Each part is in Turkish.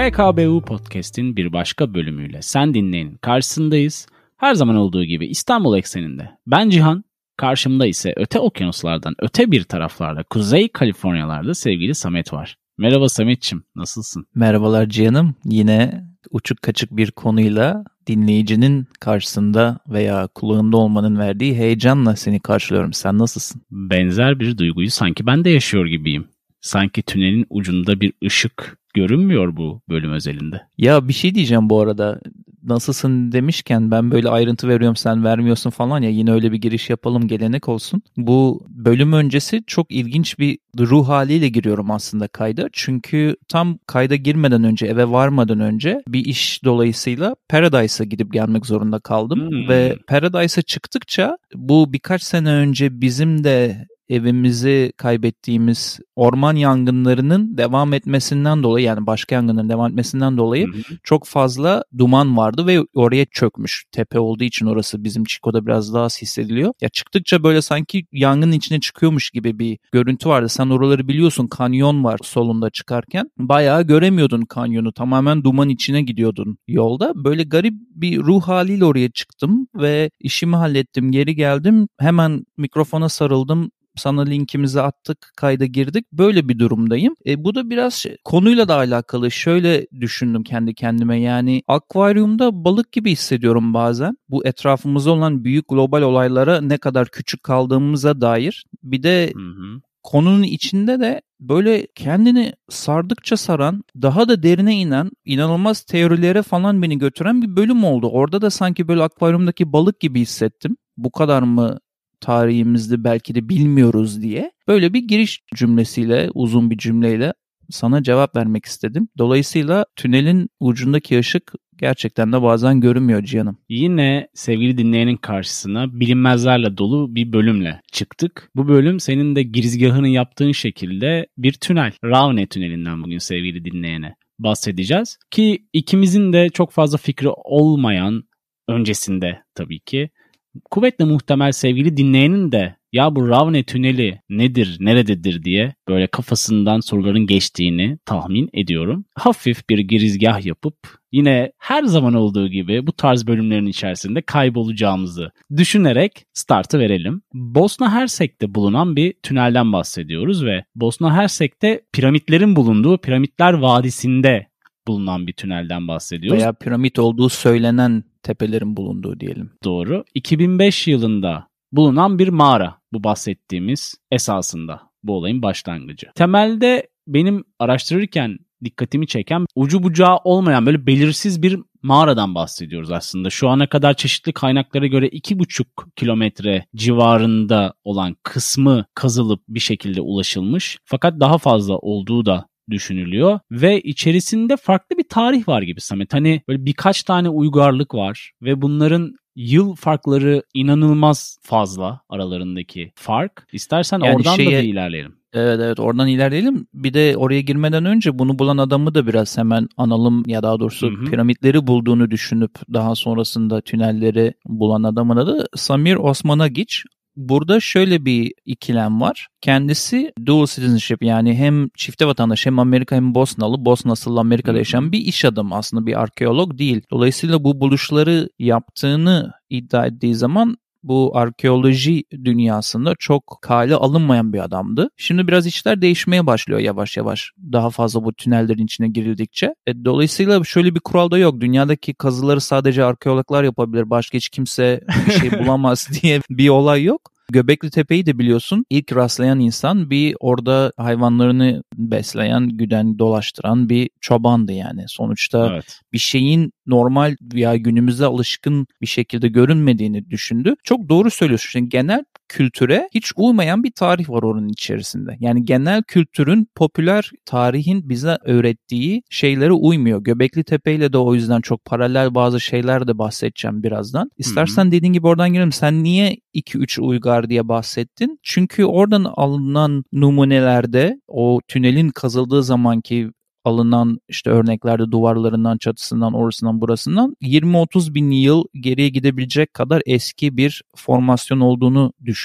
GKBU Podcast'in bir başka bölümüyle sen dinleyenin karşısındayız. Her zaman olduğu gibi İstanbul ekseninde. Ben Cihan, karşımda ise öte okyanuslardan öte bir taraflarda Kuzey Kaliforniyalarda sevgili Samet var. Merhaba Samet'ciğim, nasılsın? Merhabalar Cihan'ım. Yine uçuk kaçık bir konuyla dinleyicinin karşısında veya kulağında olmanın verdiği heyecanla seni karşılıyorum. Sen nasılsın? Benzer bir duyguyu sanki ben de yaşıyor gibiyim. Sanki tünelin ucunda bir ışık görünmüyor bu bölüm özelinde. Ya bir şey diyeceğim bu arada. Nasılsın demişken ben böyle ayrıntı veriyorum sen vermiyorsun falan ya, yine öyle bir giriş yapalım, gelenek olsun. Bu bölüm öncesi çok ilginç bir ruh haliyle giriyorum aslında kayda. Çünkü tam kayda girmeden önce, eve varmadan önce bir iş dolayısıyla Paradise'a gidip gelmek zorunda kaldım. Ve Paradise'a çıktıkça bu birkaç sene önce bizim de evimizi kaybettiğimiz orman yangınlarının devam etmesinden dolayı, yani başka yangınların devam etmesinden dolayı çok fazla duman vardı ve oraya çökmüş. Tepe olduğu için orası bizim Chico'da biraz daha az hissediliyor. Ya çıktıkça böyle sanki yangının içine çıkıyormuş gibi bir görüntü vardı. Sen oraları biliyorsun, kanyon var solunda çıkarken. Bayağı göremiyordun kanyonu. Tamamen duman içine gidiyordun yolda. Böyle garip bir ruh haliyle oraya çıktım ve işimi hallettim, geri geldim. Hemen mikrofona sarıldım. Sana linkimizi attık, kayda girdik. Böyle bir durumdayım. Bu da biraz konuyla da alakalı. Şöyle düşündüm kendi kendime. Yani akvaryumda balık gibi hissediyorum bazen. Bu etrafımızda olan büyük global olaylara ne kadar küçük kaldığımıza dair. Bir de konunun içinde de böyle kendini sardıkça saran, daha da derine inen, inanılmaz teorilere falan beni götüren bir bölüm oldu. Orada da sanki böyle akvaryumdaki balık gibi hissettim. Bu kadar mı tarihimizde belki de bilmiyoruz diye. Böyle bir giriş cümlesiyle, uzun bir cümleyle sana cevap vermek istedim. Dolayısıyla tünelin ucundaki ışık gerçekten de bazen görünmüyor Cihan'ım. Yine sevgili dinleyenin karşısına bilinmezlerle dolu bir bölümle çıktık. Bu bölüm senin de girizgahını yaptığın şekilde bir tünel. Ravne tünelinden bugün sevgili dinleyene bahsedeceğiz. Ki ikimizin de çok fazla fikri olmayan, öncesinde tabii ki, kuvvetle muhtemel sevgili dinleyenin de ya bu Ravne tüneli nedir, nerededir diye böyle kafasından soruların geçtiğini tahmin ediyorum. Hafif bir girizgah yapıp yine her zaman olduğu gibi bu tarz bölümlerin içerisinde kaybolacağımızı düşünerek startı verelim. Bosna Hersek'te bulunan bir tünelden bahsediyoruz ve Bosna Hersek'te piramitlerin bulunduğu Piramitler Vadisi'nde bulunan bir tünelden bahsediyoruz. Veya piramit olduğu söylenen tepelerin bulunduğu diyelim. Doğru. 2005 yılında bulunan bir mağara bu bahsettiğimiz, esasında bu olayın başlangıcı. Temelde benim araştırırken dikkatimi çeken ucu bucağı olmayan böyle belirsiz bir mağaradan bahsediyoruz aslında. Şu ana kadar çeşitli kaynaklara göre 2,5 kilometre civarında olan kısmı kazılıp bir şekilde ulaşılmış. Fakat daha fazla olduğu da düşünülüyor ve içerisinde farklı bir tarih var gibi Samet. Hani böyle birkaç tane uygarlık var ve bunların yıl farkları inanılmaz fazla, aralarındaki fark. İstersen yani oradan da bir ilerleyelim. Evet oradan ilerleyelim. Bir de oraya girmeden önce bunu bulan adamı da biraz hemen analım, ya daha doğrusu piramitleri bulduğunu düşünüp daha sonrasında tünelleri bulan adamın adı Samir Osmanagic. Burada şöyle bir ikilem var. Kendisi dual citizenship, yani hem çifte vatandaş, hem Amerika hem Bosnalı. Bosna asıllı Amerika'da yaşayan bir iş adamı, aslında bir arkeolog değil. Dolayısıyla bu buluşları yaptığını iddia ettiği zaman bu arkeoloji dünyasında çok kale alınmayan bir adamdı. Şimdi biraz işler değişmeye başlıyor yavaş yavaş. Daha fazla bu tünellerin içine girildikçe. Dolayısıyla şöyle bir kural da yok. Dünyadaki kazıları sadece arkeologlar yapabilir. Başka hiç kimse bir şey bulamaz diye bir olay yok. Göbekli Tepe'yi de biliyorsun, ilk rastlayan insan bir orada hayvanlarını besleyen, güden, dolaştıran bir çobandı yani. Sonuçta bir şeyin normal veya günümüze alışkın bir şekilde görünmediğini düşündü. Çok doğru söylüyorsun. Şimdi genel kültüre hiç uymayan bir tarih var onun içerisinde. Yani genel kültürün, popüler tarihin bize öğrettiği şeylere uymuyor. Göbekli Tepe ile de o yüzden çok paralel bazı şeyler de bahsedeceğim birazdan. İstersen dediğin gibi oradan girelim. Sen niye 2-3 uygar diye bahsettin? Çünkü oradan alınan numunelerde o tünelin kazıldığı zamanki alınan işte örneklerde duvarlarından, çatısından, orasından, burasından 20-30 bin yıl geriye gidebilecek kadar eski bir formasyon olduğunu düşünüyor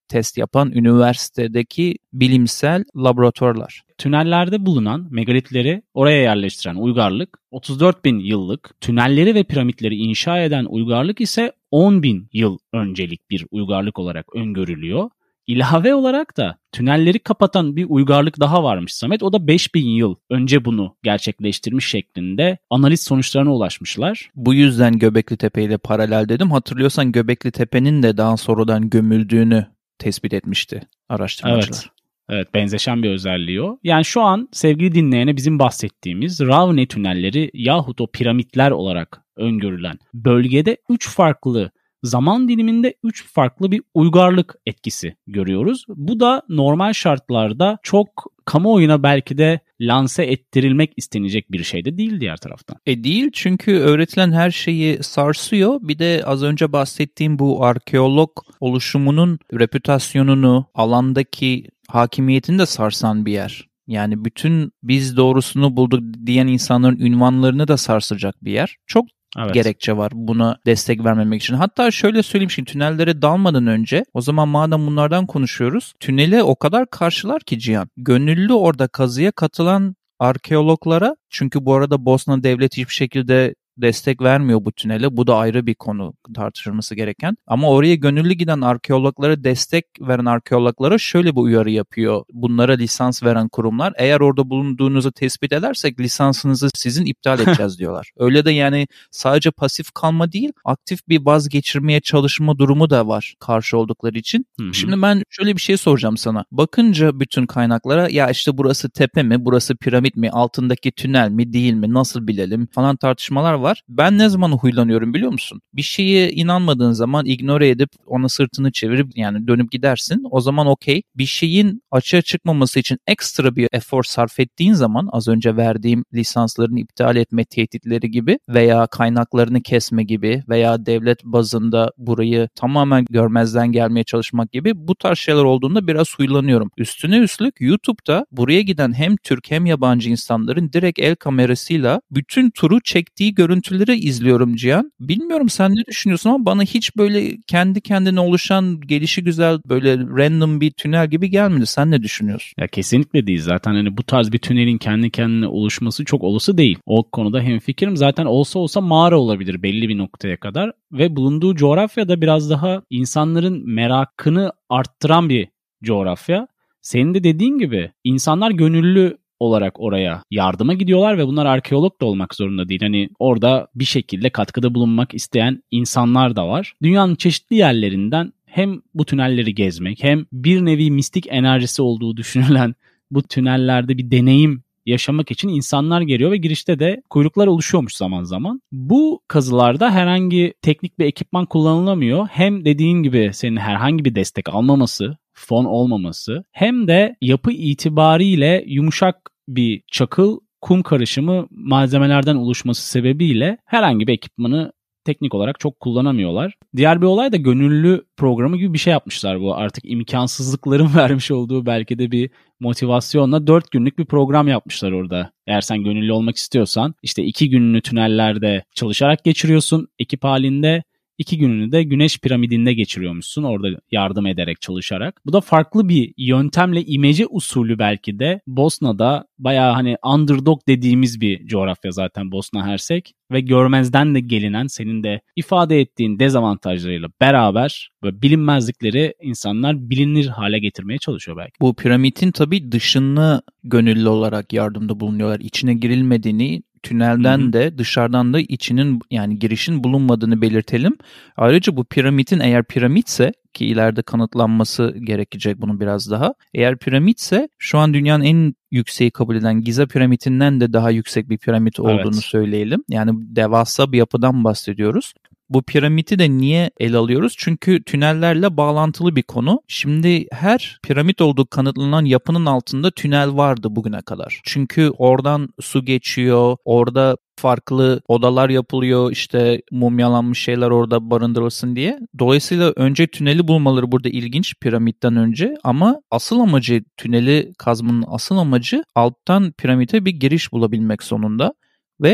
test yapan üniversitedeki bilimsel laboratuvarlar. Tünellerde bulunan megalitleri oraya yerleştiren uygarlık 34 bin yıllık, tünelleri ve piramitleri inşa eden uygarlık ise 10 bin yıl öncelik bir uygarlık olarak öngörülüyor. İlave olarak da tünelleri kapatan bir uygarlık daha varmış Samet. O da 5000 yıl önce bunu gerçekleştirmiş şeklinde analiz sonuçlarına ulaşmışlar. Bu yüzden Göbekli Tepe ile paralel dedim. Hatırlıyorsan Göbekli Tepe'nin de daha sonradan gömüldüğünü tespit etmişti araştırmacılar. Evet, benzeşen bir özelliği o. Yani şu an sevgili dinleyene bizim bahsettiğimiz Ravne tünelleri yahut o piramitler olarak öngörülen bölgede 3 farklı zaman diliminde 3 farklı bir uygarlık etkisi görüyoruz. Bu da normal şartlarda çok kamuoyuna belki de lanse ettirilmek istenecek bir şey de değil diğer taraftan. Değil, çünkü öğretilen her şeyi sarsıyor. Bir de az önce bahsettiğim bu arkeolog oluşumunun reputasyonunu, alandaki hakimiyetini de sarsan bir yer. Yani bütün biz doğrusunu bulduk diyen insanların ünvanlarını da sarsacak bir yer. Çok gerekçe var buna destek vermemek için. Hatta şöyle söyleyeyim, şimdi tünellere dalmadan önce, o zaman madem bunlardan konuşuyoruz, tünele o kadar karşılar ki Cihan. Gönüllü orada kazıya katılan arkeologlara, çünkü bu arada Bosna devleti hiçbir şekilde destek vermiyor bu tünele. Bu da ayrı bir konu, tartışılması gereken. Ama oraya gönüllü giden arkeologlara, destek veren arkeologlara şöyle bir uyarı yapıyor bunlara lisans veren kurumlar. Eğer orada bulunduğunuzu tespit edersek lisansınızı sizin iptal edeceğiz diyorlar. Öyle de yani sadece pasif kalma değil, aktif bir vazgeçirmeye çalışma durumu da var karşı oldukları için. Hı-hı. Şimdi ben şöyle bir şey soracağım sana. Bakınca bütün kaynaklara, ya işte burası tepe mi, burası piramit mi, altındaki tünel mi, değil mi, nasıl bilelim falan tartışmalar var. Ben ne zaman huylanıyorum biliyor musun? Bir şeye inanmadığın zaman ignore edip ona sırtını çevirip yani dönüp gidersin. O zaman okey. Bir şeyin açığa çıkmaması için ekstra bir efor sarf ettiğin zaman, az önce verdiğim lisanslarını iptal etme tehditleri gibi veya kaynaklarını kesme gibi veya devlet bazında burayı tamamen görmezden gelmeye çalışmak gibi bu tarz şeyler olduğunda biraz huylanıyorum. Üstüne üstlük YouTube'da buraya giden hem Türk hem yabancı insanların direkt el kamerasıyla bütün turu çektiği görüntüleri izliyorum Cihan. Bilmiyorum sen ne düşünüyorsun ama bana hiç böyle kendi kendine oluşan, gelişi güzel, böyle random bir tünel gibi gelmedi. Sen ne düşünüyorsun? Ya kesinlikle değil. Zaten hani bu tarz bir tünelin kendi kendine oluşması çok olası değil. O konuda hemfikirim. Zaten olsa mağara olabilir belli bir noktaya kadar ve bulunduğu coğrafyada biraz daha insanların merakını arttıran bir coğrafya. Senin de dediğin gibi insanlar gönüllü olarak oraya yardıma gidiyorlar ve bunlar arkeolog da olmak zorunda değil. Hani orada bir şekilde katkıda bulunmak isteyen insanlar da var. Dünyanın çeşitli yerlerinden hem bu tünelleri gezmek hem bir nevi mistik enerjisi olduğu düşünülen bu tünellerde bir deneyim yaşamak için insanlar geliyor ve girişte de kuyruklar oluşuyormuş zaman zaman. Bu kazılarda herhangi teknik bir ekipman kullanılamıyor. Hem dediğin gibi senin herhangi bir destek almaması, fon olmaması, hem de yapı itibariyle yumuşak bir çakıl kum karışımı malzemelerden oluşması sebebiyle herhangi bir ekipmanı teknik olarak çok kullanamıyorlar. Diğer bir olay da gönüllü programı gibi bir şey yapmışlar bu. Artık imkansızlıkların vermiş olduğu belki de bir motivasyonla 4 günlük bir program yapmışlar orada. Eğer sen gönüllü olmak istiyorsan işte 2 gününü tünellerde çalışarak geçiriyorsun ekip halinde. 2 gününü de Güneş Piramidi'nde geçiriyormuşsun orada yardım ederek, çalışarak. Bu da farklı bir yöntemle, imece usulü belki de Bosna'da bayağı hani underdog dediğimiz bir coğrafya zaten Bosna Hersek ve görmezden de gelinen, senin de ifade ettiğin dezavantajlarıyla beraber böyle bilinmezlikleri insanlar bilinir hale getirmeye çalışıyor belki. Bu piramidin tabii dışını gönüllü olarak yardımda bulunuyorlar. İçine girilmediğini, tünelden de dışarıdan da içinin yani girişin bulunmadığını belirtelim. Ayrıca bu piramidin eğer piramitse, ki ileride kanıtlanması gerekecek bunun biraz daha. Eğer piramitse şu an dünyanın en yükseği kabul edilen Giza piramidinden de daha yüksek bir piramit olduğunu söyleyelim. Yani devasa bir yapıdan bahsediyoruz. Bu piramidi de niye ele alıyoruz? Çünkü tünellerle bağlantılı bir konu. Şimdi her piramit olduğu kanıtlanan yapının altında tünel vardı bugüne kadar. Çünkü oradan su geçiyor, orada farklı odalar yapılıyor, işte mumyalanmış şeyler orada barındırılsın diye. Dolayısıyla önce tüneli bulmaları burada ilginç piramitten önce, ama asıl amacı, tüneli kazmanın asıl amacı alttan piramite bir giriş bulabilmek sonunda ve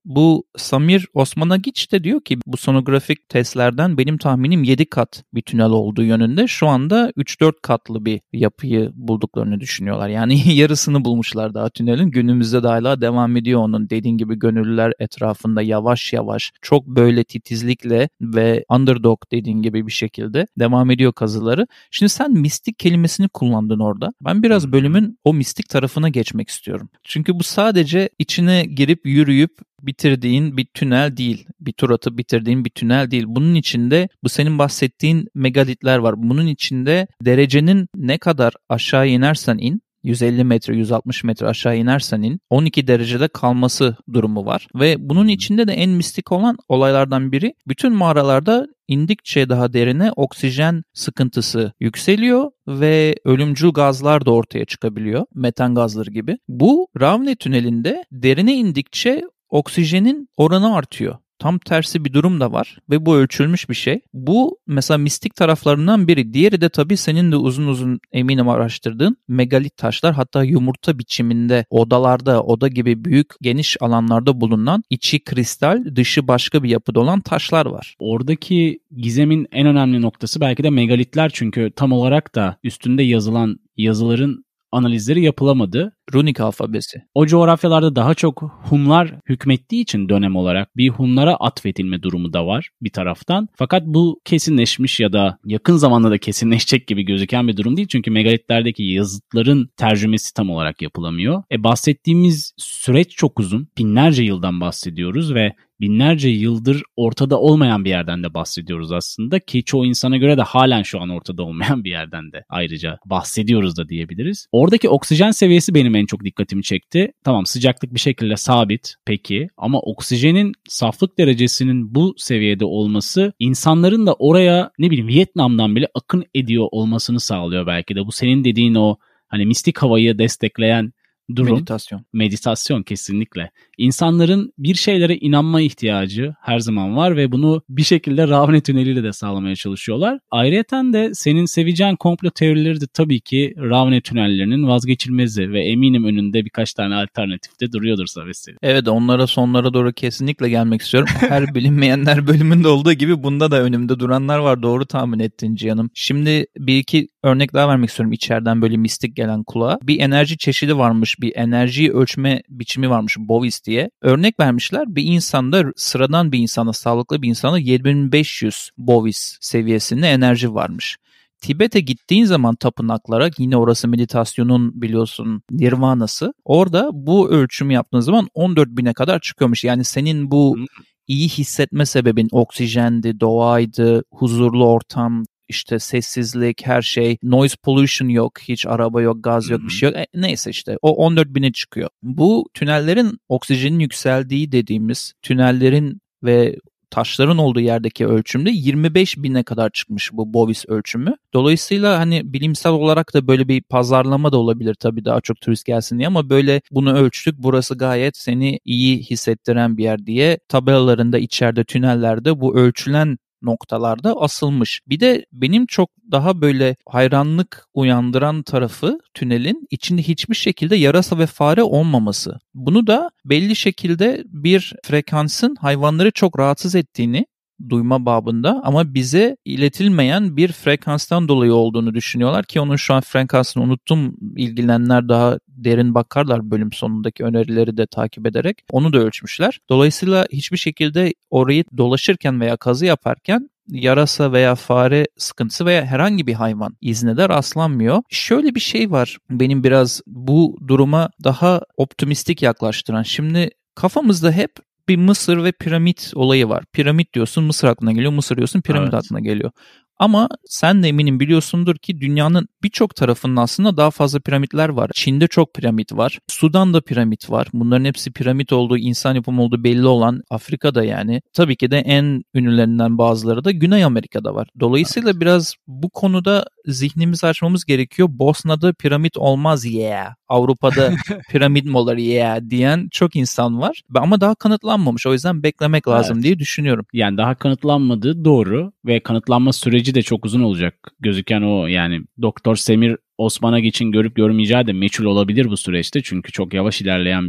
bu Samir Osmanagiç de diyor ki bu sonografik testlerden benim tahminim 7 kat bir tünel olduğu yönünde. Şu anda 3-4 katlı bir yapıyı bulduklarını düşünüyorlar. Yani yarısını bulmuşlar daha tünelin. Günümüzde de hala devam ediyor onun. Dediğin gibi gönüllüler etrafında yavaş yavaş çok böyle titizlikle ve underdog dediğin gibi bir şekilde devam ediyor kazıları. Şimdi sen mistik kelimesini kullandın orada. Ben biraz bölümün o mistik tarafına geçmek istiyorum. Çünkü bu sadece içine girip yürüyüp bitirdiğin bir tünel değil. Bir tur atıp bitirdiğin bir tünel değil. Bunun içinde bu senin bahsettiğin megalitler var. Bunun içinde derecenin ne kadar aşağı inersen in, 150 metre, 160 metre aşağı inersen in, 12 derecede kalması durumu var. Ve bunun içinde de en mistik olan olaylardan biri, bütün mağaralarda indikçe daha derine oksijen sıkıntısı yükseliyor ve ölümcül gazlar da ortaya çıkabiliyor. Metan gazları gibi. Bu Ravne tünelinde derine indikçe oksijenin oranı artıyor. Tam tersi bir durum da var ve bu ölçülmüş bir şey. Bu mesela mistik taraflarından biri. Diğeri de tabii senin de uzun uzun eminim araştırdığın megalit taşlar, hatta yumurta biçiminde odalarda, oda gibi büyük geniş alanlarda bulunan içi kristal, dışı başka bir yapıda olan taşlar var. Oradaki gizemin en önemli noktası belki de megalitler, çünkü tam olarak da üstünde yazılan yazıların analizleri yapılamadı. Runik alfabesi. O coğrafyalarda daha çok Hunlar hükmettiği için dönem olarak bir Hunlara atfedilme durumu da var bir taraftan. Fakat bu kesinleşmiş ya da yakın zamanda da kesinleşecek gibi gözüken bir durum değil. Çünkü megalitlerdeki yazıtların tercümesi tam olarak yapılamıyor. Bahsettiğimiz süreç çok uzun. Binlerce yıldan bahsediyoruz ve binlerce yıldır ortada olmayan bir yerden de bahsediyoruz aslında, ki çoğu insana göre de halen şu an ortada olmayan bir yerden de ayrıca bahsediyoruz da diyebiliriz. Oradaki oksijen seviyesi benim en çok dikkatimi çekti. Tamam, sıcaklık bir şekilde sabit peki, ama oksijenin saflık derecesinin bu seviyede olması insanların da oraya Vietnam'dan bile akın ediyor olmasını sağlıyor belki de. Bu senin dediğin o hani mistik havayı destekleyen durum. Meditasyon kesinlikle. İnsanların bir şeylere inanma ihtiyacı her zaman var ve bunu bir şekilde Ravne tüneliyle de sağlamaya çalışıyorlar. Ayrıyeten de senin seveceğin komplo teorileri de tabii ki Ravne tünellerinin vazgeçilmezi ve eminim önünde birkaç tane alternatif de duruyordur Saveseli. Evet, onlara sonlara doğru kesinlikle gelmek istiyorum. Her bilinmeyenler bölümünde olduğu gibi bunda da önümde duranlar var. Doğru tahmin ettin Cihan'ım. Şimdi bir iki örnek daha vermek istiyorum içeriden böyle mistik gelen kulağa. Bir enerji çeşidi varmış, bir enerjiyi ölçme biçimi varmış, Bovis diye. Örnek vermişler, bir insanda, sıradan bir insana, sağlıklı bir insana 7500 Bovis seviyesinde enerji varmış. Tibet'e gittiğin zaman tapınaklara, yine orası meditasyonun biliyorsun nirvanası, orada bu ölçümü yaptığın zaman 14.000'e kadar çıkıyormuş. Yani senin bu iyi hissetme sebebin oksijendi, doğaydı, huzurlu ortam, İşte sessizlik, her şey, noise pollution yok, hiç araba yok, gaz yok, bir şey yok. Neyse işte o 14.000'e çıkıyor. Bu tünellerin oksijenin yükseldiği dediğimiz tünellerin ve taşların olduğu yerdeki ölçümde 25.000'e kadar çıkmış bu Bovis ölçümü. Dolayısıyla hani bilimsel olarak da böyle bir pazarlama da olabilir tabii, daha çok turist gelsin diye, ama böyle bunu ölçtük, burası gayet seni iyi hissettiren bir yer diye tabelalarında içeride tünellerde bu ölçülen noktalarda asılmış. Bir de benim çok daha böyle hayranlık uyandıran tarafı tünelin içinde hiçbir şekilde yarasa ve fare olmaması. Bunu da belli şekilde bir frekansın hayvanları çok rahatsız ettiğini duyma babında, ama bize iletilmeyen bir frekanstan dolayı olduğunu düşünüyorlar ki onun şu an frekansını unuttum. İlgilenenler daha derin bakarlar bölüm sonundaki önerileri de takip ederek. Onu da ölçmüşler. Dolayısıyla hiçbir şekilde orayı dolaşırken veya kazı yaparken yarasa veya fare sıkıntısı veya herhangi bir hayvan izine de rastlanmıyor. Şöyle bir şey var benim biraz bu duruma daha optimistik yaklaştıran. Şimdi kafamızda hep bir Mısır ve piramit olayı var. Piramit diyorsun, Mısır aklına geliyor. Mısır diyorsun, piramit aklına geliyor. Ama sen de eminim biliyorsundur ki dünyanın birçok tarafında aslında daha fazla piramitler var. Çin'de çok piramit var. Sudan'da piramit var. Bunların hepsi piramit olduğu, insan yapımı olduğu belli olan, Afrika'da yani. Tabii ki de en ünlülerinden bazıları da Güney Amerika'da var. Dolayısıyla biraz bu konuda zihnimizi açmamız gerekiyor. Bosna'da piramit olmaz Avrupa'da piramit mi olur diyen çok insan var. Ama daha kanıtlanmamış. O yüzden beklemek lazım diye düşünüyorum. Yani daha kanıtlanmadığı doğru ve kanıtlanma süreci de çok uzun olacak. Gözüken o, yani Doktor Semir Osmanagiç'in görüp görmeyeceği de meçhul olabilir bu süreçte. Çünkü çok yavaş ilerleyen bir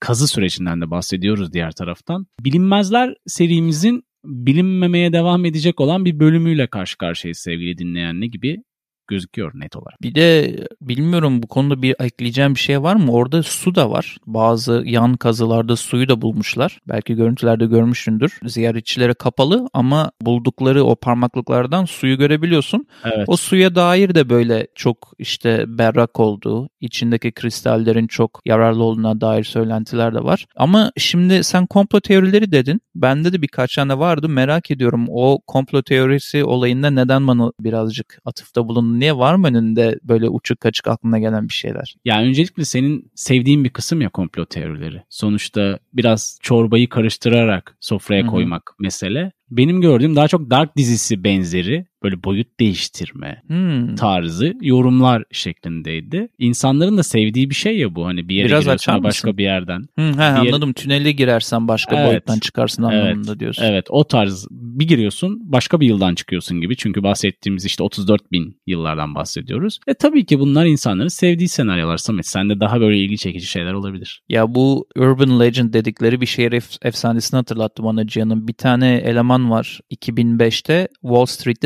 kazı sürecinden de bahsediyoruz diğer taraftan. Bilinmezler serimizin bilinmemeye devam edecek olan bir bölümüyle karşı karşıyayız sevgili dinleyenle gibi gözüküyor net olarak. Bir de bilmiyorum bu konuda bir ekleyeceğim bir şey var mı? Orada su da var. Bazı yan kazılarda suyu da bulmuşlar. Belki görüntülerde görmüşsündür. Ziyaretçilere kapalı ama buldukları o parmaklıklardan suyu görebiliyorsun. Evet. O suya dair de böyle çok işte berrak olduğu, içindeki kristallerin çok yararlı olduğuna dair söylentiler de var. Ama şimdi sen komplo teorileri dedin. Bende de birkaç tane vardı. Merak ediyorum o komplo teorisi olayında neden bana birazcık atıfta bulundun? Niye var mı önünde böyle uçuk kaçık aklına gelen bir şeyler? Yani öncelikle senin sevdiğin bir kısım ya komplo teorileri. Sonuçta biraz çorbayı karıştırarak sofraya koymak mesele. Benim gördüğüm daha çok Dark dizisi benzeri böyle boyut değiştirme tarzı yorumlar şeklindeydi. İnsanların da sevdiği bir şey ya bu. Hani bir yere biraz giriyorsun başka bir yerden. Anladım. Tünele girersen başka boyuttan çıkarsın anlamında diyorsun. Evet, o tarz bir giriyorsun başka bir yıldan çıkıyorsun gibi. Çünkü bahsettiğimiz işte 34.000 yıllardan bahsediyoruz. Tabii ki bunlar insanların sevdiği senaryolar. Samet sende daha böyle ilgi çekici şeyler olabilir. Ya bu Urban Legend dedikleri bir şehir efsanesini hatırlattı bana Cihan'ın. Bir tane eleman var 2005'te Wall Street'te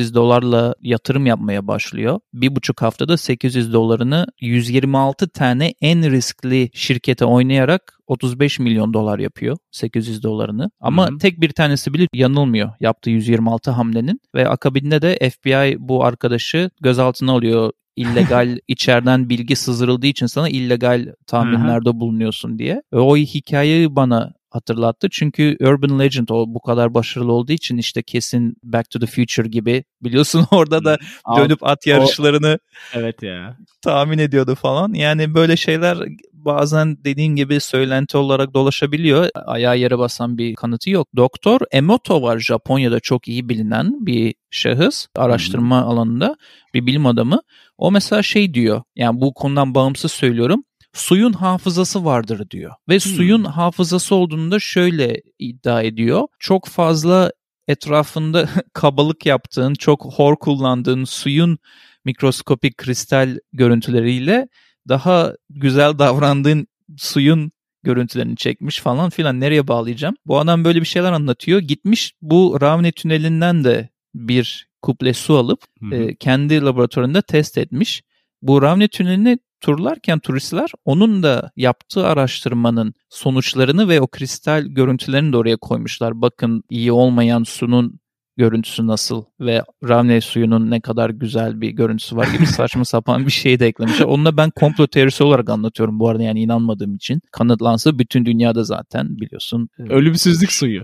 $800 yatırım yapmaya başlıyor. 1,5 haftada $800'ını 126 tane en riskli şirkete oynayarak $35 milyon yapıyor $800'ını. Ama tek bir tanesi bile yanılmıyor yaptığı 126 hamlenin ve akabinde de FBI bu arkadaşı gözaltına alıyor. İllegal içeriden bilgi sızdırıldığı için sana illegal tahminlerde bulunuyorsun diye. Ve o hikayeyi bana hatırlattı. Çünkü Urban Legend o bu kadar başarılı olduğu için işte kesin Back to the Future gibi biliyorsun orada da dönüp at yarışlarını evet ya tahmin ediyordu falan. Yani böyle şeyler bazen dediğin gibi söylenti olarak dolaşabiliyor. Ayağa yere basan bir kanıtı yok. Doktor Emoto var Japonya'da çok iyi bilinen bir şahıs. Araştırma alanında bir bilim adamı. O mesela şey diyor. Yani bu konudan bağımsız söylüyorum. Suyun hafızası vardır diyor. Ve suyun hafızası olduğunu da şöyle iddia ediyor. Çok fazla etrafında kabalık yaptığın, çok hor kullandığın suyun mikroskopik kristal görüntüleriyle daha güzel davrandığın suyun görüntülerini çekmiş falan filan. Nereye bağlayacağım? Bu adam böyle bir şeyler anlatıyor. Gitmiş bu Ravne tünelinden de bir kuple su alıp kendi laboratuvarında test etmiş. Bu Ravne tünelini turlarken turistler onun da yaptığı araştırmanın sonuçlarını ve o kristal görüntülerini de oraya koymuşlar. Bakın iyi olmayan sunun görüntüsü nasıl ve Ravne suyunun ne kadar güzel bir görüntüsü var gibi saçma sapan bir şey de eklemişler. Onu da ben komplo teorisi olarak anlatıyorum bu arada yani inanmadığım için. Kanıtlansa bütün dünyada zaten biliyorsun. Ölümsüzlük suyu.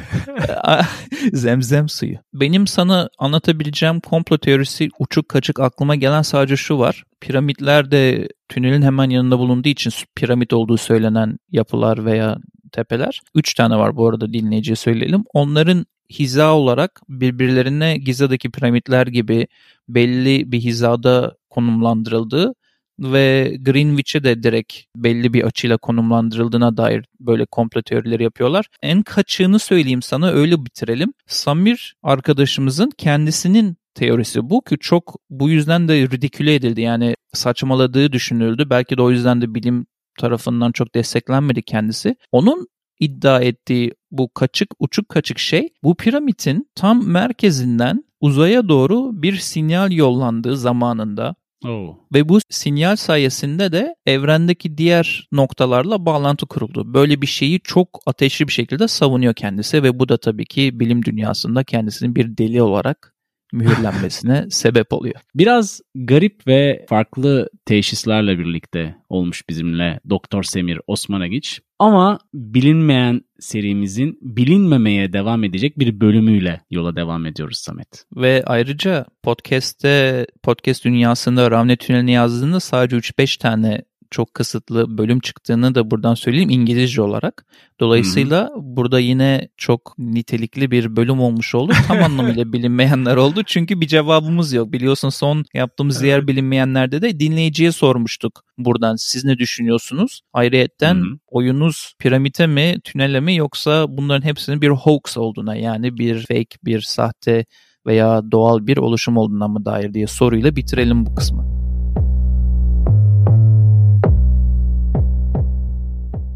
Zemzem suyu. Benim sana anlatabileceğim komplo teorisi uçuk kaçık aklıma gelen sadece şu var. Piramitler de tünelin hemen yanında bulunduğu için piramit olduğu söylenen yapılar veya tepeler. 3 tane var bu arada dinleyiciye söyleyelim. Onların hiza olarak birbirlerine Giza'daki piramitler gibi belli bir hizada konumlandırıldığı ve Greenwich'e de direkt belli bir açıyla konumlandırıldığına dair böyle komplo teorileri yapıyorlar. En kaçığını söyleyeyim sana öyle bitirelim. Samir arkadaşımızın kendisinin teorisi bu ki çok bu yüzden de ridiküle edildi yani saçmaladığı düşünüldü. Belki de o yüzden de bilim tarafından çok desteklenmedi kendisi. Onun iddia ettiği bu uçuk kaçık şey bu piramidin tam merkezinden uzaya doğru bir sinyal yollandığı zamanında ve bu sinyal sayesinde de evrendeki diğer noktalarla bağlantı kuruldu. Böyle bir şeyi çok ateşli bir şekilde savunuyor kendisi ve bu da tabii ki bilim dünyasında kendisinin bir deli olarak mühürlenmesine sebep oluyor. Biraz garip ve farklı teşhislerle birlikte olmuş bizimle Doktor Semir Osmanagiç. Ama bilinmeyen serimizin bilinmemeye devam edecek bir bölümüyle yola devam ediyoruz Samet. Ve ayrıca podcast dünyasında Ravne Tüneli'ni yazdığında sadece 3-5 tane çok kısıtlı bölüm çıktığını da buradan söyleyeyim İngilizce olarak. Dolayısıyla burada yine çok nitelikli bir bölüm olmuş oldu. Tam anlamıyla bilinmeyenler oldu. Çünkü bir cevabımız yok. Biliyorsun son yaptığımız diğer bilinmeyenlerde de dinleyiciye sormuştuk. Buradan siz ne düşünüyorsunuz? Ayrıyetten oyunuz piramite mi, tünele mi yoksa bunların hepsinin bir hoax olduğuna yani bir fake, bir sahte veya doğal bir oluşum olduğuna mı dair diye soruyla bitirelim bu kısmı.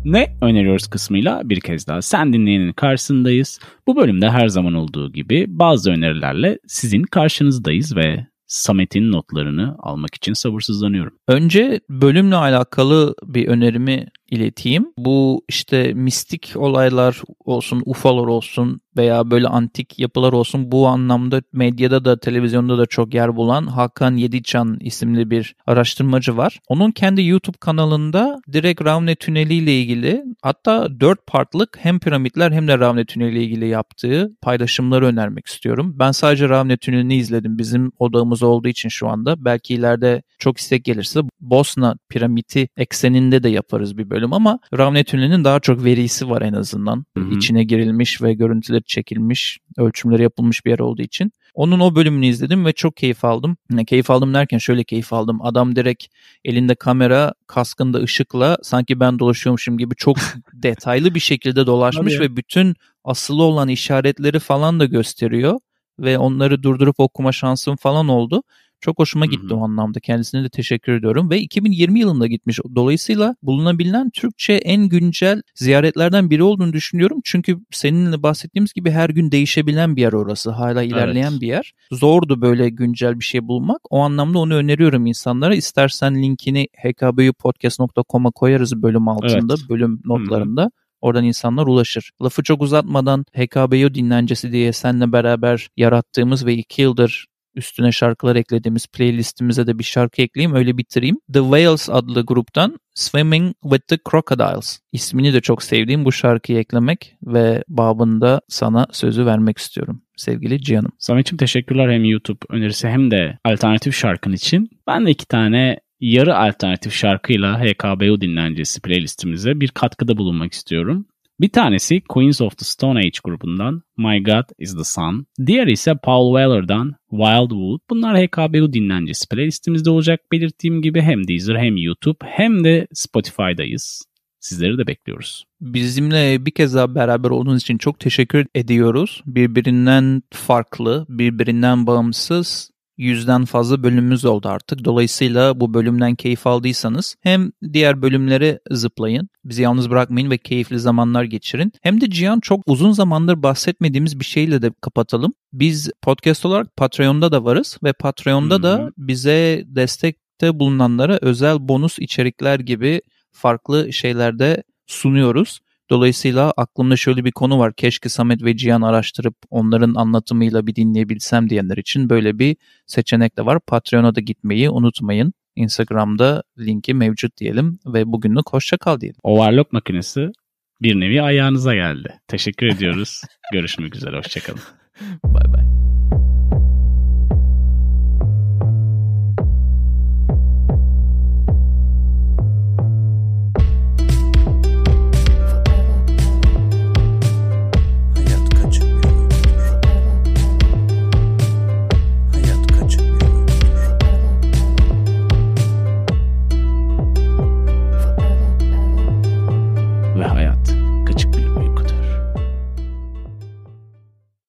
Ne öneriyoruz kısmıyla bir kez daha Sen Dinleyen'in karşısındayız. Bu bölümde her zaman olduğu gibi bazı önerilerle sizin karşınızdayız ve Samet'in notlarını almak için sabırsızlanıyorum. Önce bölümle alakalı bir önerimi ileteyim. Bu işte mistik olaylar olsun, UFO'lar olsun veya böyle antik yapılar olsun, bu anlamda medyada da televizyonda da çok yer bulan Hakan Yediçan isimli bir araştırmacı var. Onun kendi YouTube kanalında direkt Ravne Tüneli ile ilgili, hatta 4 partlık hem piramitler hem de Ravne Tüneli ile ilgili yaptığı paylaşımları önermek istiyorum. Ben sadece Ravne Tüneli'ni izledim. Bizim odağımız olduğu için şu anda. Belki ileride çok istek gelirse Bosna piramidi ekseninde de yaparız bir bölüm ama Ravne Tüneli'nin daha çok verisi var en azından. İçine girilmiş ve görüntüleri çekilmiş, ölçümleri yapılmış bir yer olduğu için. Onun o bölümünü izledim ve çok keyif aldım. Keyif aldım derken şöyle keyif aldım. Adam direkt elinde kamera, kaskında ışıkla sanki ben dolaşıyormuşum gibi çok detaylı bir şekilde dolaşmış ve bütün asılı olan işaretleri falan da gösteriyor. Ve onları durdurup okuma şansım falan oldu. Çok hoşuma gitti o anlamda. Kendisine de teşekkür ediyorum. Ve 2020 yılında gitmiş. Dolayısıyla bulunabilen Türkçe en güncel ziyaretlerden biri olduğunu düşünüyorum. Çünkü seninle bahsettiğimiz gibi her gün değişebilen bir yer orası. Hala ilerleyen bir yer. Zordu böyle güncel bir şey bulmak. O anlamda onu öneriyorum insanlara. İstersen linkini hkbupodcast.com'a koyarız bölüm altında, bölüm notlarında. Oradan insanlar ulaşır. Lafı çok uzatmadan HKBU dinlencesi diye seninle beraber yarattığımız ve 2 yıldır üstüne şarkılar eklediğimiz playlistimize de bir şarkı ekleyeyim, öyle bitireyim. The Whales adlı gruptan Swimming with the Crocodiles. İsmini de çok sevdiğim bu şarkıyı eklemek ve babında sana sözü vermek istiyorum sevgili Cihan'ım. Samet'ciğim teşekkürler hem YouTube önerisi hem de alternatif şarkın için. Ben de 2 tane yarı alternatif şarkıyla HKBU dinlencesi playlistimize bir katkıda bulunmak istiyorum. Bir tanesi Queens of the Stone Age grubundan My God is the Sun. Diğeri ise Paul Weller'dan Wildwood. Bunlar HKBU dinlencesi playlistimizde olacak. Belirttiğim gibi hem Deezer hem YouTube hem de Spotify'dayız. Sizleri de bekliyoruz. Bizimle bir kez daha beraber olduğunuz için çok teşekkür ediyoruz. Birbirinden farklı, birbirinden bağımsız 100'den fazla bölümümüz oldu artık. Dolayısıyla bu bölümden keyif aldıysanız hem diğer bölümleri zıplayın, bizi yalnız bırakmayın ve keyifli zamanlar geçirin. Hem de Cihan, çok uzun zamandır bahsetmediğimiz bir şeyle de kapatalım. Biz podcast olarak Patreon'da da varız ve Patreon'da da bize destekte bulunanlara özel bonus içerikler gibi farklı şeylerde sunuyoruz. Dolayısıyla aklımda şöyle bir konu var. Keşke Samet ve Cihan araştırıp onların anlatımıyla bir dinleyebilsem diyenler için böyle bir seçenek de var. Patreon'a da gitmeyi unutmayın. Instagram'da linki mevcut diyelim ve bugünlük hoşça kal diyelim. Overlock makinesi bir nevi ayağınıza geldi. Teşekkür ediyoruz. Görüşmek üzere. Hoşça kalın. Bye bye.